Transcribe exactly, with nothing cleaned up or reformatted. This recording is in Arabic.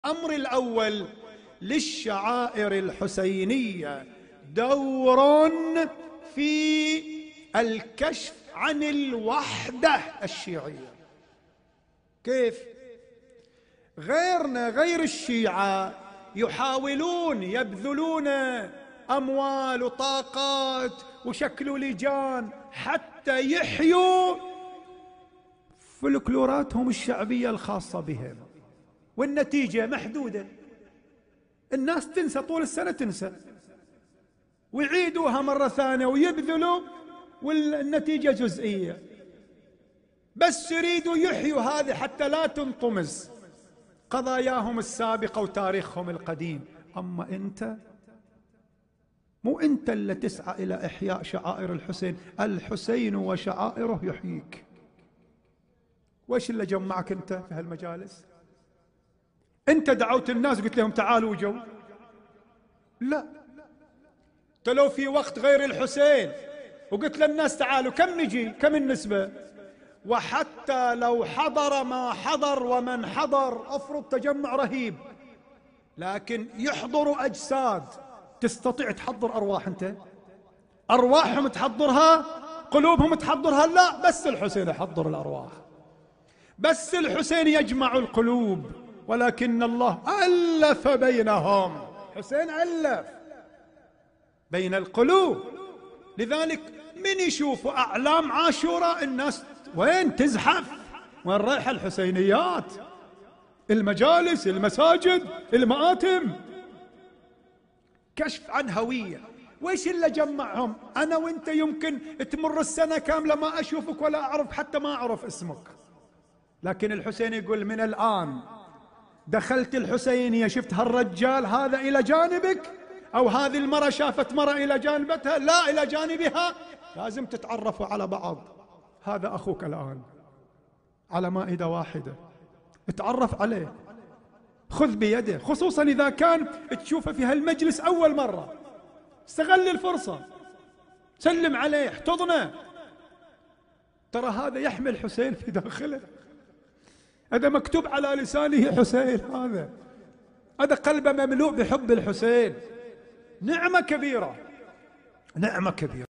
الأمر الأول: للشعائر الحسينية دور في الكشف عن الوحدة الشيعية. كيف؟ غيرنا غير الشيعة يحاولون يبذلون أموال وطاقات وشكلوا لجان حتى يحيوا فلكلوراتهم الشعبية الخاصة بهم، والنتيجة محدودة. الناس تنسى طول السنة، تنسى ويعيدوها مرة ثانية ويبذلوا والنتيجة جزئية. بس يريدوا يحيوا هذه حتى لا تنطمس قضاياهم السابقة وتاريخهم القديم. أما أنت، مو أنت اللي تسعى إلى إحياء شعائر الحسين، الحسين وشعائره يحييك. وإيش اللي جمعك أنت في هالمجالس؟ أنت دعوت الناس وقلت لهم تعالوا وجو؟ لا، أنت لو في وقت غير الحسين وقلت للناس تعالوا، كم نجي؟ كم النسبة؟ وحتى لو حضر ما حضر ومن حضر، أفرض تجمع رهيب، لكن يحضروا أجساد. تستطيع تحضر أرواح أنت؟ أرواحهم تحضرها؟ قلوبهم تحضرها؟ لا، بس الحسين يحضر الأرواح، بس الحسين يجمع القلوب، ولكن الله ألف بينهم. حسين ألف بين القلوب. لذلك من يشوفوا أعلام عاشوراء الناس وين تزحف؟ وين رايحة الحسينيات؟ المجالس، المساجد، المآتم. كشف عن هوية. وإيش اللي جمعهم؟ أنا وإنت يمكن تمر السنة كاملة ما أشوفك ولا أعرف، حتى ما أعرف اسمك، لكن الحسين يقول من الآن دخلت الحسينية شفت هالرجال هذا إلى جانبك، أو هذه المرأة شافت مرأة إلى جانبتها، لا إلى جانبها، لازم تتعرفوا على بعض. هذا أخوك الآن على مائدة واحدة، اتعرف عليه، خذ بيده، خصوصا إذا كان تشوفه في هالمجلس أول مرة، استغل الفرصة، سلم عليه، احتضنه. ترى هذا يحمل حسين في داخله، هذا مكتوب على لسانه حسين، هذا هذا قلبه مملوء بحب الحسين. نعمة كبيرة، نعمة كبيرة.